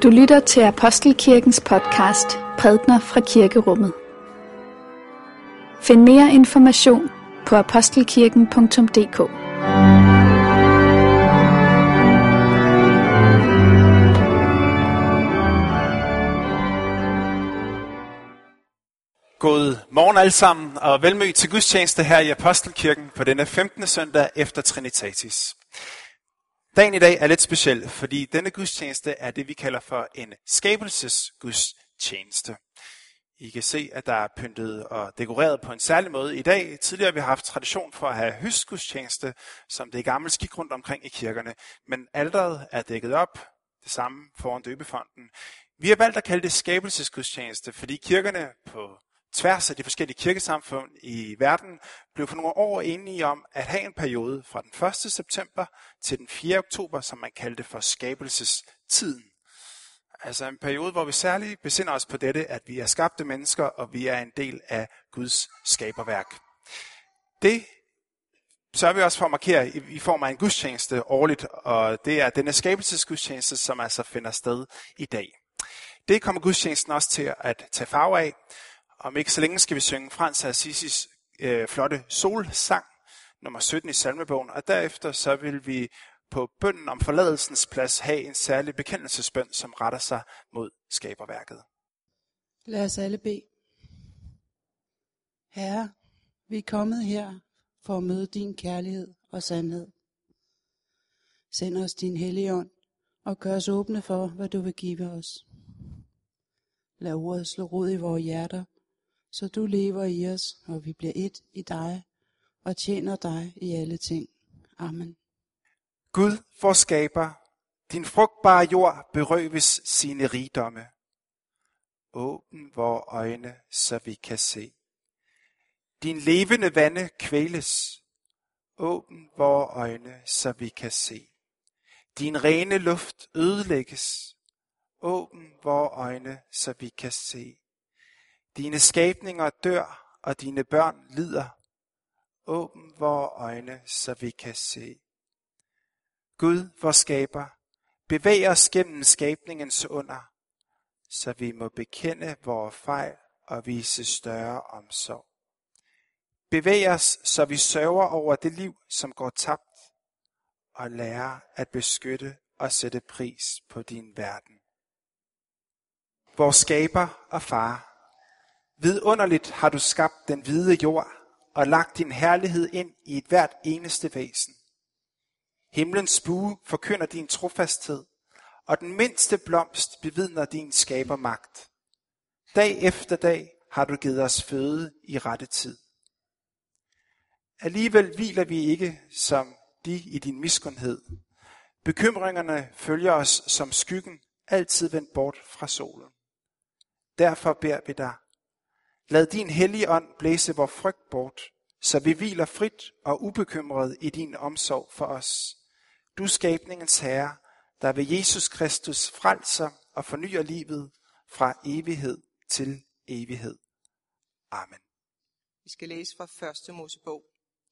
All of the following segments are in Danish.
Du lytter til Apostelkirkens podcast Prædner fra Kirkerummet. Find mere information på apostelkirken.dk. God morgen alle sammen, og velmødt til gudstjeneste her i Apostelkirken på denne 15. søndag efter Trinitatis. Dagen i dag er lidt speciel, fordi denne gudstjeneste er det, vi kalder for en skabelsesgudstjeneste. I kan se, at der er pyntet og dekoreret på en særlig måde i dag. Tidligere har vi haft tradition for at have høstgudstjeneste, som det er gammelt skik rundt omkring i kirkerne. Men alteret er dækket op, det samme foran døbefonten. Vi har valgt at kalde det skabelsesgudstjeneste, fordi kirkerne på tværs af de forskellige kirkesamfund i verden blev for nogle år enige om at have en periode fra den 1. september til den 4. oktober, som man kaldte for skabelsestiden. Altså en periode, hvor vi særligt besinder os på dette, at vi er skabte mennesker, og vi er en del af Guds skaberværk. Det sørger vi også for at markere i form af en gudstjeneste årligt, og det er denne skabelsesgudstjeneste, som altså finder sted i dag. Det kommer gudstjenesten også til at tage farve af. Om ikke så længe skal vi synge Frans af Assisis flotte solsang, nummer 17 i salmebogen, og derefter så vil vi på bønnen om forladelsens plads have en særlig bekendelsesbøn, som retter sig mod skaberværket. Lad os alle bede. Herre, vi er kommet her for at møde din kærlighed og sandhed. Send os din hellige ånd og gør os åbne for, hvad du vil give os. Lad ordet slå rod i vores hjerter, så du lever i os, og vi bliver et i dig og tjener dig i alle ting. Amen. Gud, vor skaber, din frugtbare jord berøves sine rigdomme. Åbn vores øjne, så vi kan se. Din levende vande kvæles. Åbn vores øjne, så vi kan se. Din rene luft ødelægges. Åbn vores øjne, så vi kan se. Dine skabninger dør, og dine børn lider. Åbn vores øjne, så vi kan se. Gud, vor skaber, bevæg os gennem skabningens under, så vi må bekende vores fejl og vise større omsorg. Bevæg os, så vi sørger over det liv, som går tabt, og lærer at beskytte og sætte pris på din verden. Vor skaber og far, vidunderligt har du skabt den hvide jord og lagt din herlighed ind i et hvert eneste væsen. Himlens bue forkynder din trofasthed, og den mindste blomst bevidner din skabermagt. Dag efter dag har du givet os føde i rette tid. Alligevel hviler vi ikke som de i din miskundhed. Bekymringerne følger os som skyggen, altid vendt bort fra solen. Derfor beder vi dig, lad din hellige ånd blæse vor frygt bort, så vi hviler frit og ubekymret i din omsorg for os. Du skabningens herre, der ved Jesus Kristus frelser og fornyer livet fra evighed til evighed. Amen. Vi skal læse fra 1. Mosebog.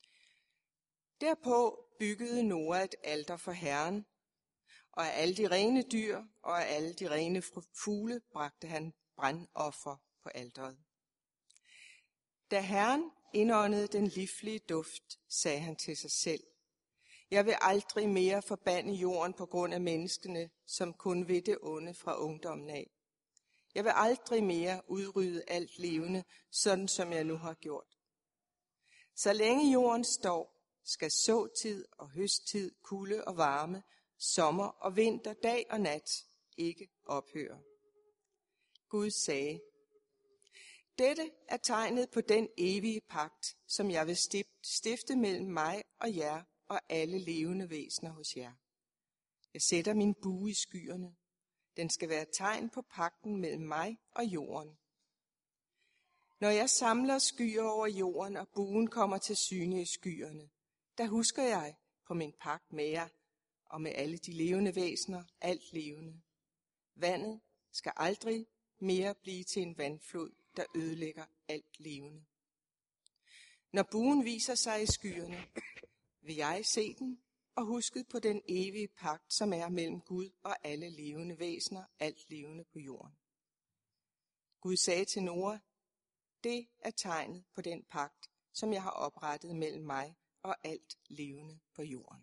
Derpå byggede Noah et alter for Herren, og af alle de rene dyr og af alle de rene fugle bragte han brandoffer på alteret. Da Herren indåndede den livlige duft, sagde han til sig selv: Jeg vil aldrig mere forbande jorden på grund af menneskene, som kun ved det onde fra ungdommen af. Jeg vil aldrig mere udrydde alt levende, sådan som jeg nu har gjort. Så længe jorden står, skal såtid og høsttid, kulde og varme, sommer og vinter, dag og nat ikke ophøre. Gud sagde: Dette er tegnet på den evige pagt, som jeg vil stifte mellem mig og jer og alle levende væsener hos jer. Jeg sætter min bue i skyerne. Den skal være tegn på pagten mellem mig og jorden. Når jeg samler skyer over jorden, og buen kommer til syne i skyerne, der husker jeg på min pagt med jer og med alle de levende væsener, alt levende. Vandet skal aldrig mere blive til en vandflod, der ødelægger alt levende. Når buen viser sig i skyerne, vil jeg se den og husket på den evige pagt, som er mellem Gud og alle levende væsener, alt levende på jorden. Gud sagde til Noah, det er tegnet på den pagt, som jeg har oprettet mellem mig og alt levende på jorden.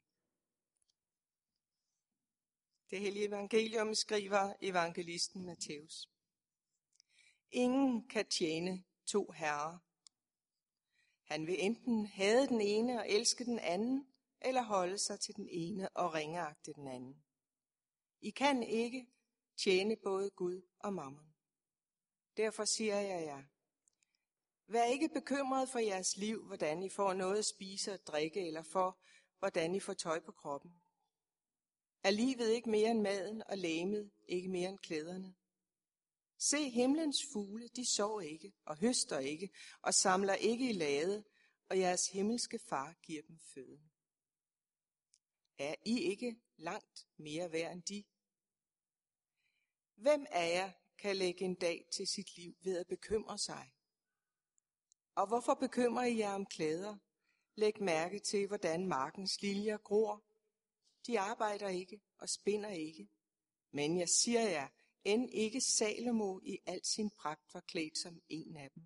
Det hellige evangelium skriver evangelisten Matthæus. Ingen kan tjene to herrer. Han vil enten hade den ene og elske den anden, eller holde sig til den ene og ringeagte den anden. I kan ikke tjene både Gud og mammon. Derfor siger jeg jer, vær ikke bekymret for jeres liv, hvordan I får noget at spise og drikke, eller for, hvordan I får tøj på kroppen. Er livet ikke mere end maden, og legemet ikke mere end klæderne? Se himlens fugle, de sår ikke, og høster ikke, og samler ikke i lade, og jeres himmelske far giver dem føde. Er I ikke langt mere værd end de? Hvem af jer kan lægge en dag til sit liv ved at bekymre sig? Og hvorfor bekymrer I jer om klæder? Læg mærke til, hvordan markens liljer gror. De arbejder ikke og spinder ikke. Men jeg siger jer, end ikke Salomo i al sin pragt var klædt som en af dem.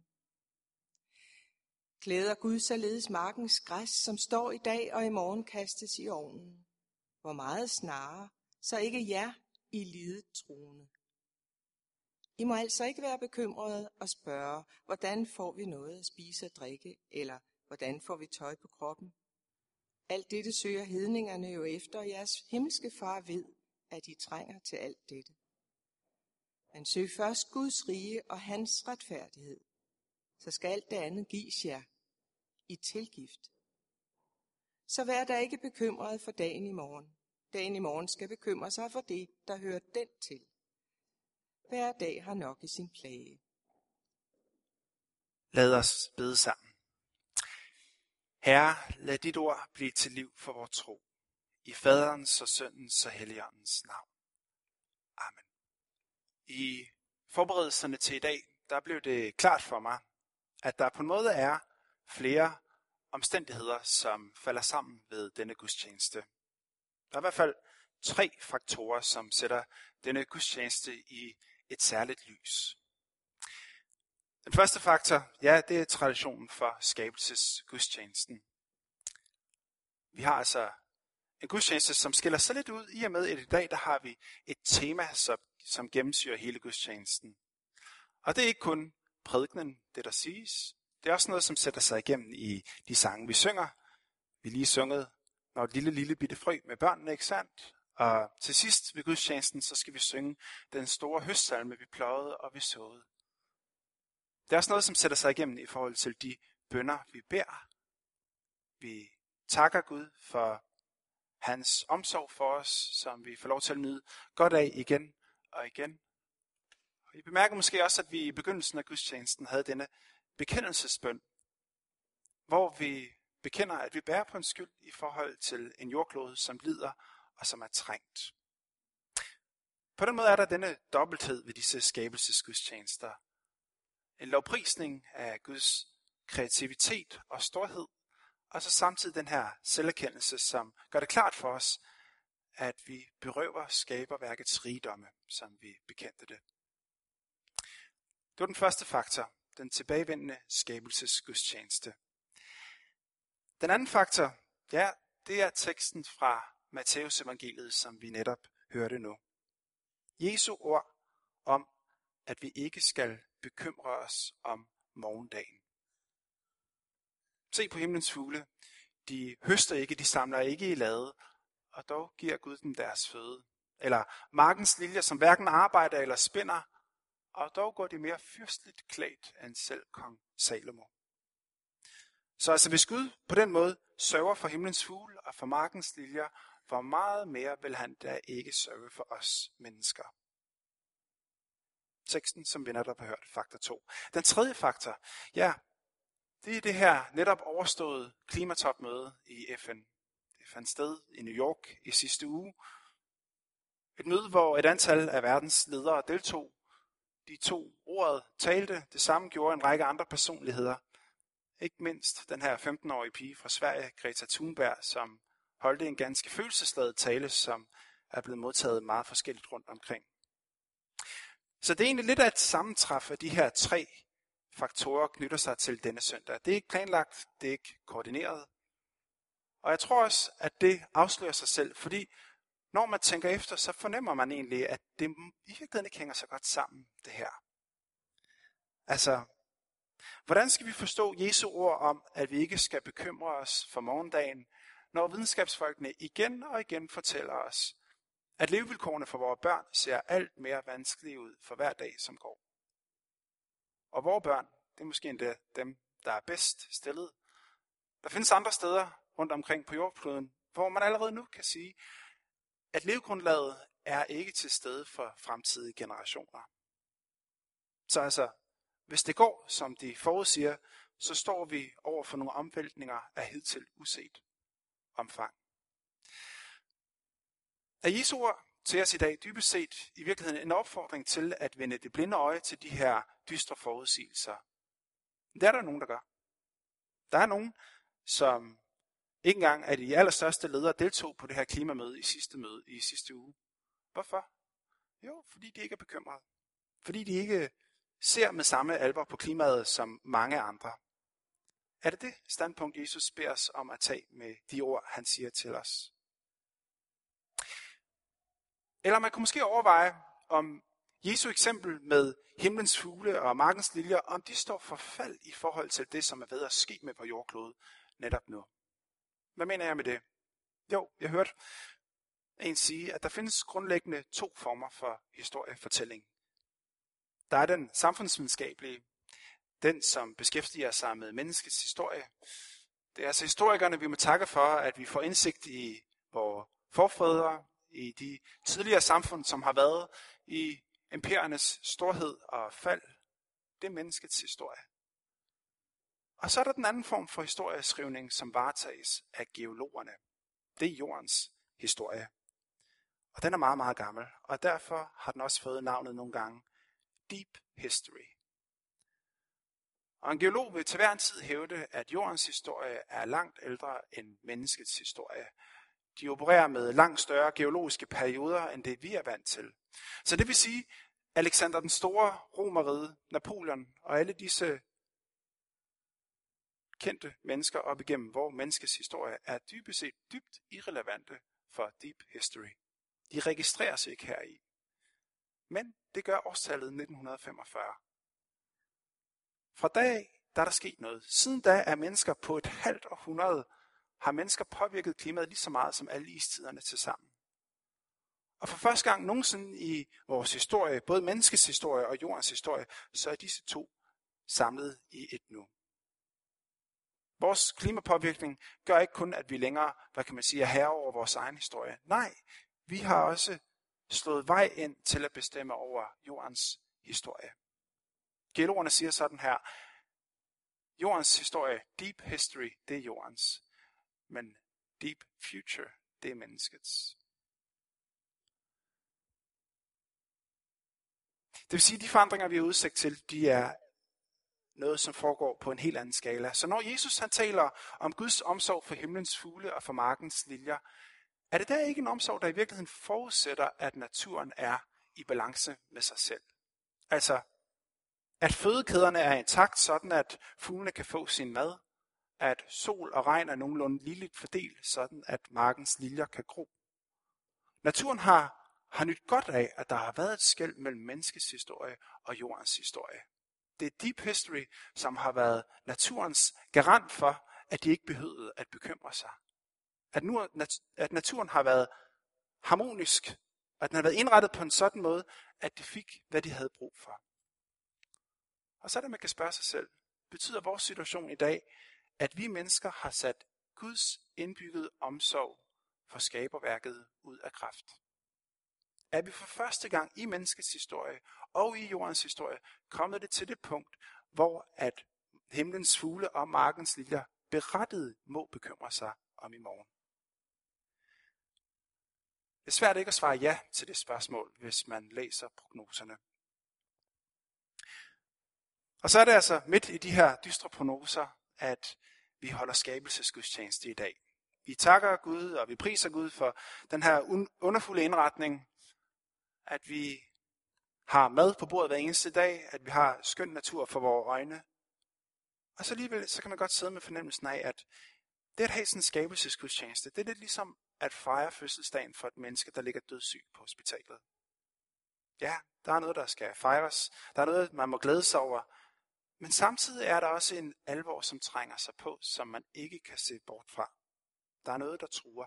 Klæder Gud således markens græs, som står i dag og i morgen kastes i ovnen. Hvor meget snarere, så ikke jer i lidet troende. I må altså ikke være bekymrede og spørge, hvordan får vi noget at spise og drikke, eller hvordan får vi tøj på kroppen? Alt dette søger hedningerne jo efter, og jeres himmelske far ved, at I trænger til alt dette. Men søg først Guds rige og hans retfærdighed, så skal alt det andet gives jer i tilgift. Så vær da ikke bekymret for dagen i morgen. Dagen i morgen skal bekymre sig for det, der hører den til. Hver dag har nok i sin plage. Lad os bede sammen. Herre, lad dit ord blive til liv for vores tro. I faderens og søndens og helligåndens navn. Amen. I forberedelserne til i dag, der blev det klart for mig, at der på en måde er flere omstændigheder, som falder sammen ved denne gudstjeneste. Der er i hvert fald 3 faktorer, som sætter denne gudstjeneste i et særligt lys. Den første faktor, ja, det er traditionen for skabelsesgudstjenesten. Vi har altså en gudstjeneste, som skiller sig lidt ud, i og med at i dag, der har vi et tema, som gennemsyrer hele gudstjenesten. Og det er ikke kun prædikenen, det der siges. Det er også noget, som sætter sig igennem i de sange, vi synger. Vi lige sunget, når et lille bitte frø med børnene, ikke sandt? Og til sidst ved gudstjenesten, så skal vi synge den store høstsalme, vi pløjede og vi såede. Det er også noget, som sætter sig igennem i forhold til de bønner, vi beder. Vi takker Gud for hans omsorg for os, som vi får lov til at nyde godt af igen og igen. Og I bemærker måske også, at vi i begyndelsen af gudstjenesten havde denne bekendelsesbøn, hvor vi bekender, at vi bærer på en skyld i forhold til en jordklode, som lider og som er trængt. På den måde er der denne dobbelthed ved disse skabelsesgudstjenester. En lovprisning af Guds kreativitet og storhed, og så samtidig den her selverkendelse, som gør det klart for os, at vi berøver skaberværkets rigdomme, som vi bekendte det. Det var den første faktor, den tilbagevendende skabelsesgudstjeneste. Den anden faktor, ja, det er teksten fra Matthæus evangeliet, som vi netop hørte nu. Jesu ord om, at vi ikke skal bekymre os om morgendagen. Se på himlens fugle. De høster ikke, de samler ikke i lade, og dog giver Gud dem deres føde. Eller markens liljer, som hverken arbejder eller spinder, og dog går de mere fyrstligt klædt end selv kong Salomo. Så altså hvis Gud på den måde sørger for himlens fugle og for markens liljer, hvor meget mere vil han da ikke sørge for os mennesker. Teksten, som vi netop har hørt, faktor 2. Den tredje faktor, ja, det er det her netop overståede klimatopmøde i FN. Det fandt sted i New York i sidste uge. Et møde, hvor et antal af verdens ledere deltog. De tog ordet, talte, det samme gjorde en række andre personligheder. Ikke mindst den her 15-årige pige fra Sverige, Greta Thunberg, som holdte en ganske følelsesladet tale, som er blevet modtaget meget forskelligt rundt omkring. Så det er egentlig lidt af et sammentræf af de her 3 faktorer knytter sig til denne søndag. Det er ikke planlagt, det er ikke koordineret. Og jeg tror også, at det afslører sig selv, fordi når man tænker efter, så fornemmer man egentlig, at det i virkeligheden ikke hænger så godt sammen, det her. Altså, hvordan skal vi forstå Jesu ord om, at vi ikke skal bekymre os for morgendagen, når videnskabsfolkene igen og igen fortæller os, at levevilkårene for vores børn ser alt mere vanskelige ud for hver dag, som går. Og vores børn, det er måske endda dem, der er bedst stillet. Der findes andre steder rundt omkring på jordkloden, hvor man allerede nu kan sige, at levegrundlaget er ikke til stede for fremtidige generationer. Så altså, hvis det går, som de forudsiger, så står vi over for nogle omvæltninger af hidtil uset omfang. Er Jesu ord til os i dag dybest set i virkeligheden en opfordring til at vende det blinde øje til de her dystre forudsigelser? Det er der nogen, der gør. Der er nogen, som ikke engang af de allerstørste ledere deltog på det her klimamøde i sidste uge. Hvorfor? Jo, fordi de ikke er bekymrede. Fordi de ikke ser med samme alvor på klimaet som mange andre. Er det det standpunkt, Jesus beder os om at tage med de ord, han siger til os? Eller man kunne måske overveje, om Jesu eksempel med himlens fugle og markens liljer, om de står for fald i forhold til det, som er ved at ske med på jordkloden netop nu. Hvad mener jeg med det? Jo, jeg hørte en sige, at der findes grundlæggende 2 former for historiefortælling. Der er den samfundsvidenskabelige, den som beskæftiger sig med menneskets historie. Det er altså historikerne, vi må takke for, at vi får indsigt i vores forfædre, i de tidligere samfund, som har været i imperiernes storhed og fald. Det er menneskets historie. Og så er der den anden form for historieskrivning, som varetages af geologerne. Det er jordens historie. Og den er meget, meget gammel, og derfor har den også fået navnet nogle gange Deep History. Og en geolog vil til hver en tid hævde, at jordens historie er langt ældre end menneskets historie. De opererer med langt større geologiske perioder, end det vi er vant til. Så det vil sige, Alexander den Store, Romerriget, Napoleon og alle disse kendte mennesker op igennem, hvor menneskets historie er dybest set dybt irrelevante for Deep History. De registrerer sig ikke heri. Men det gør årstallet 1945. Fra dag der er der sket noget. Siden da er mennesker på et halvt århundrede, har mennesker påvirket klimaet lige så meget som alle istiderne til sammen. Og for første gang nogensinde i vores historie, både menneskets historie og jordens historie, så er disse 2 samlet i et nu. Vores klimapåvirkning gør ikke kun, at vi længere, er herre over vores egen historie. Nej, vi har også slået vej ind til at bestemme over jordens historie. Geologerne siger sådan her: jordens historie, deep history, det er jordens. Men deep future, det er menneskets. Det vil sige, at de forandringer, vi har udsigt til, de er noget, som foregår på en helt anden skala. Så når Jesus han taler om Guds omsorg for himlens fugle og for markens liljer, er det der ikke en omsorg, der i virkeligheden forudsætter, at naturen er i balance med sig selv? Altså, at fødekæderne er intakt, sådan at fuglene kan få sin mad, at sol og regn er nogenlunde ligeligt fordelt, sådan at markens liljer kan gro. Naturen har nyt godt af, at der har været et skel mellem menneskets historie og jordens historie. Det er deep history, som har været naturens garant for, at de ikke behøvede at bekymre sig. At naturen har været harmonisk, at den har været indrettet på en sådan måde, at de fik, hvad de havde brug for. Og så er det, man kan spørge sig selv, betyder vores situation i dag, at vi mennesker har sat Guds indbyggede omsorg for skaberværket ud af kraft? Er vi for første gang i menneskets historie og i jordens historie kommet det til det punkt, hvor at himlens fugle og markens liljer berettiget må bekymre sig om i morgen? Det er svært ikke at svare ja til det spørgsmål, hvis man læser prognoserne. Og så er det altså midt i de her dystre prognoser, at vi holder skabelsesgudstjeneste i dag. Vi takker Gud, og vi priser Gud for den her underfulde indretning, at vi har mad på bordet hver eneste dag, at vi har skøn natur for vores øjne. Og så alligevel, så kan man godt sidde med fornemmelsen af, at det at have sådan en skabelsesgudstjeneste, det er lidt ligesom at fejre fødselsdagen for et menneske, der ligger dødssyg på hospitalet. Ja, der er noget, der skal fejres. Der er noget, man må glæde sig over. Men samtidig er der også en alvor, som trænger sig på, som man ikke kan se bort fra. Der er noget, der truer.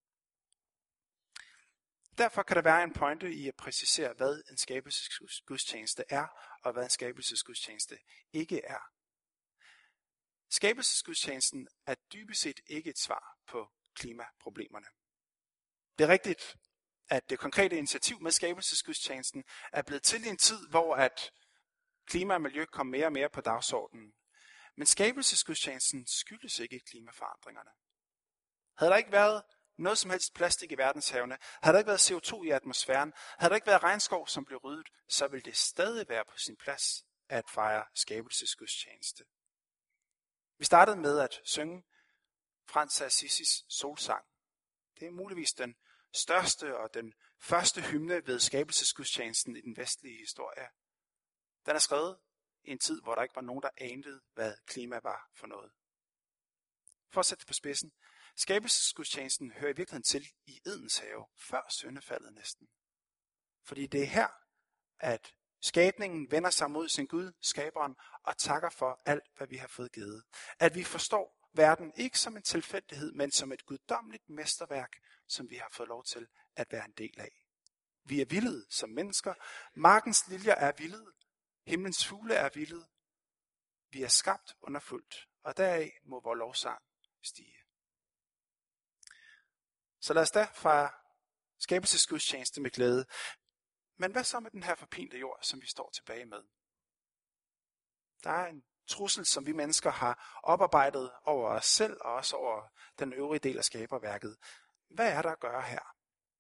Derfor kan der være en pointe i at præcisere, hvad en skabelsesgudstjeneste er, og hvad en skabelsesgudstjeneste ikke er. Skabelsesgudstjenesten er dybest set ikke et svar på klimaproblemerne. Det er rigtigt, at det konkrete initiativ med skabelsesgudstjenesten er blevet til i en tid, hvor at klima og miljø kom mere og mere på dagsordenen. Men skabelsesgudstjenesten skyldes ikke klimaforandringerne. Havde der ikke været noget som helst plastik i verdenshavene, havde der ikke været CO2 i atmosfæren, havde der ikke været regnskov, som blev ryddet, så ville det stadig være på sin plads at fejre skabelsesgudstjeneste. Vi startede med at synge Frans af Assisis solsang. Det er muligvis den største og den første hymne ved skabelsesgudstjenesten i den vestlige historie. Den er skrevet i en tid, hvor der ikke var nogen, der anede, hvad klima var for noget. For at sætte det på spidsen, skabelsesgudstjenesten hører i virkeligheden til i Edens have, før syndefaldet næsten. Fordi det er her, at skabningen vender sig mod sin Gud, skaberen, og takker for alt, hvad vi har fået givet. At vi forstår verden ikke som en tilfældighed, men som et guddommeligt mesterværk, som vi har fået lov til at være en del af. Vi er vildede som mennesker. Markens liljer er vildede. Himlens fugle er vildede. Vi er skabt underfuldt, og deraf må vor lovsang stige. Så lad os da fejre skabelsesgudstjeneste med glæde. Men hvad så med den her forpinte jord, som vi står tilbage med? Der er en trussel, som vi mennesker har oparbejdet over os selv, og også over den øvrige del af skaberværket. Hvad er der at gøre her?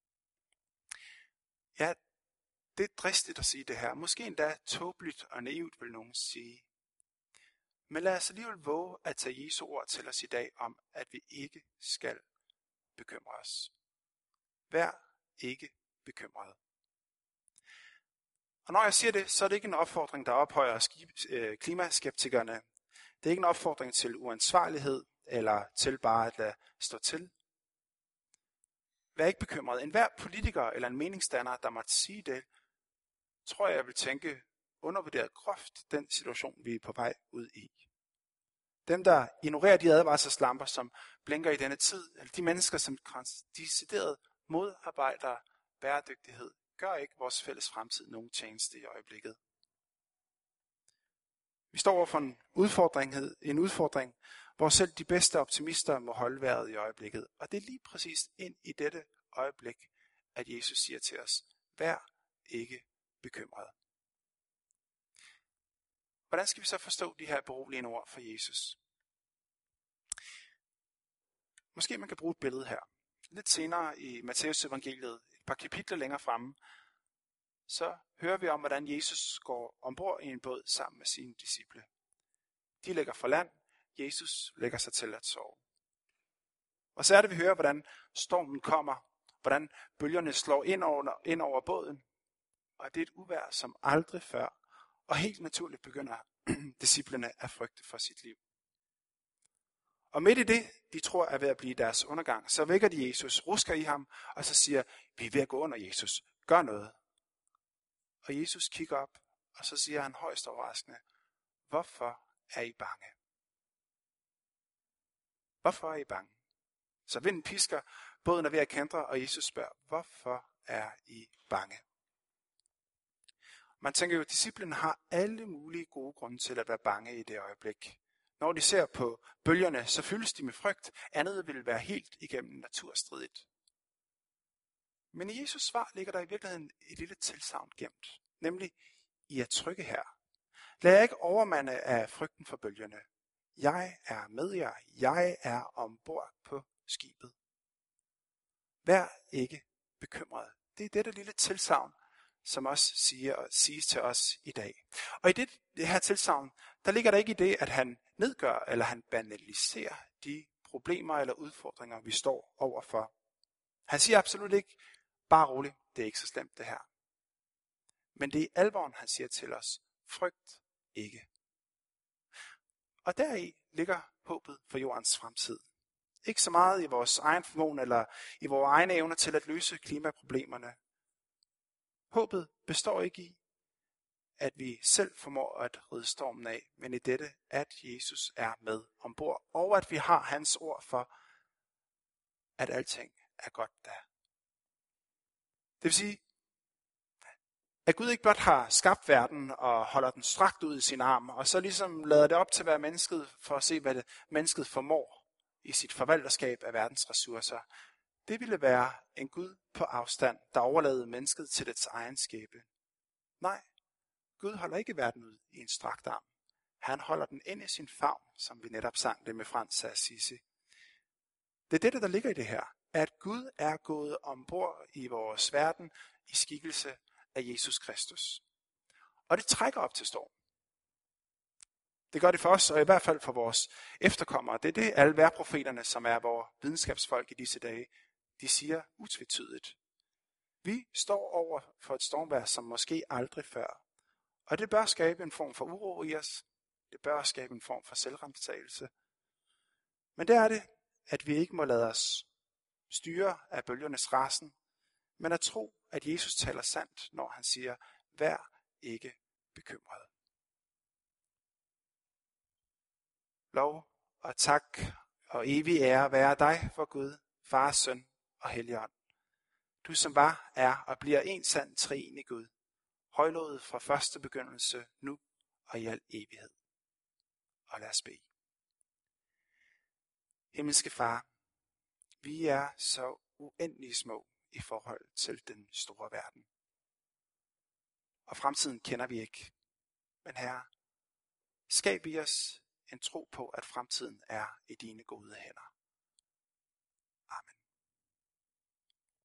Ja, det er dristigt at sige det her. Måske endda tåbeligt og naivt, vil nogen sige. Men lad os alligevel våge at tage Jesu ord til os i dag om, at vi ikke skal bekymre os. Vær ikke bekymret. Og når jeg siger det, så er det ikke en opfordring, der ophøjer klimaskeptikerne. Det er ikke en opfordring til uansvarlighed, eller til bare at lade stå til. Vær ikke bekymret. En hver politiker eller en meningsdanner, der måtte sige det, tror jeg vil tænke undervurderet groft den situation, vi er på vej ud i. Dem, der ignorerer de advarselslamper, som blinker i denne tid, eller de mennesker, som decideret modarbejder bæredygtighed, gør ikke vores fælles fremtid nogen tjeneste i øjeblikket. Vi står over for en udfordring, hvor selv de bedste optimister må holde vejret i øjeblikket. Og det er lige præcis ind i dette øjeblik, at Jesus siger til os, vær ikke bekymret. Hvordan skal vi så forstå de her beroligende ord fra Jesus? Måske man kan bruge et billede her. Lidt senere i Matthæus evangeliet, et par kapitler længere fremme, så hører vi om, hvordan Jesus går ombord i en båd sammen med sine disciple. De lægger for land, Jesus lægger sig til at sove. Og så er det, vi hører, hvordan stormen kommer, hvordan bølgerne slår ind over båden, og det er et uvejr som aldrig før, og helt naturligt begynder disciplene at frygte for sit liv. Og midt i det, de tror er ved at blive deres undergang, så vækker de Jesus, rusker i ham, og så siger, vi er ved at gå under, Jesus, gør noget. Og Jesus kigger op, og så siger han højst overraskende, hvorfor er I bange? Hvorfor er I bange? Så vinden pisker, båden er ved at kæntre, og Jesus spørger, hvorfor er I bange? Man tænker jo, at disciplene har alle mulige gode grunde til at være bange i det øjeblik. Når de ser på bølgerne, så fyldes de med frygt. Andet vil være helt igennem naturstridigt. Men i Jesus svar ligger der i virkeligheden et lille tilsagn gemt. Nemlig, I er trygge her. Lad jer ikke overmande af frygten for bølgerne. Jeg er med jer. Jeg er ombord på skibet. Vær ikke bekymret. Det er dette lille tilsagn, som også siges til os i dag. Og i det her tilsagn, der ligger der ikke i det, at han nedgør eller han banaliserer de problemer eller udfordringer, vi står overfor. Han siger absolut ikke, bare rolig, det er ikke så slemt det her. Men det er i alvoren, han siger til os, frygt ikke. Og deri ligger håbet for jordens fremtid. Ikke så meget i vores egen formåen eller i vores egne evner til at løse klimaproblemerne. Håbet består ikke i, at vi selv formår at ride stormen af, men i dette, at Jesus er med ombord, og at vi har hans ord for, at alting er godt da. Det vil sige, at Gud ikke blot har skabt verden og holder den strakt ud i sin arm, og så ligesom lader det op til hver mennesket for at se, hvad det mennesket formår i sit forvalterskab af verdens ressourcer. Det ville være en Gud på afstand, der overlader mennesket til dets egen skæbne. Nej, Gud holder ikke verden ud i en strakt arm. Han holder den ind i sin favn, som vi netop sang det med Frans af Assisi. Det er det, der ligger i det her, at Gud er gået ombord i vores verden i skikkelse af Jesus Kristus. Og det trækker op til storm. Det gør det for os, og i hvert fald for vores efterkommere. Det er det, alle vejrprofeterne, som er vores videnskabsfolk i disse dage, de siger utvetydigt. Vi står over for et stormvejr, som måske aldrig før. Og det bør skabe en form for uro i os. Det bør skabe en form for selvrensagelse. Men det er det, at vi ikke må lade os styre af bølgernes rasen, men at tro, at Jesus taler sandt, når han siger, vær ikke bekymret. Lov og tak og evig ære være dig for Gud, Far, Søn og Helligånd. Du som var, er og bliver en sand treenig Gud, højlovet fra første begyndelse, nu og i al evighed. Og lad os bede. Himmelske Far, vi er så uendelig små i forhold til den store verden. Og fremtiden kender vi ikke. Men Herre, skab i os en tro på, at fremtiden er i dine gode hænder.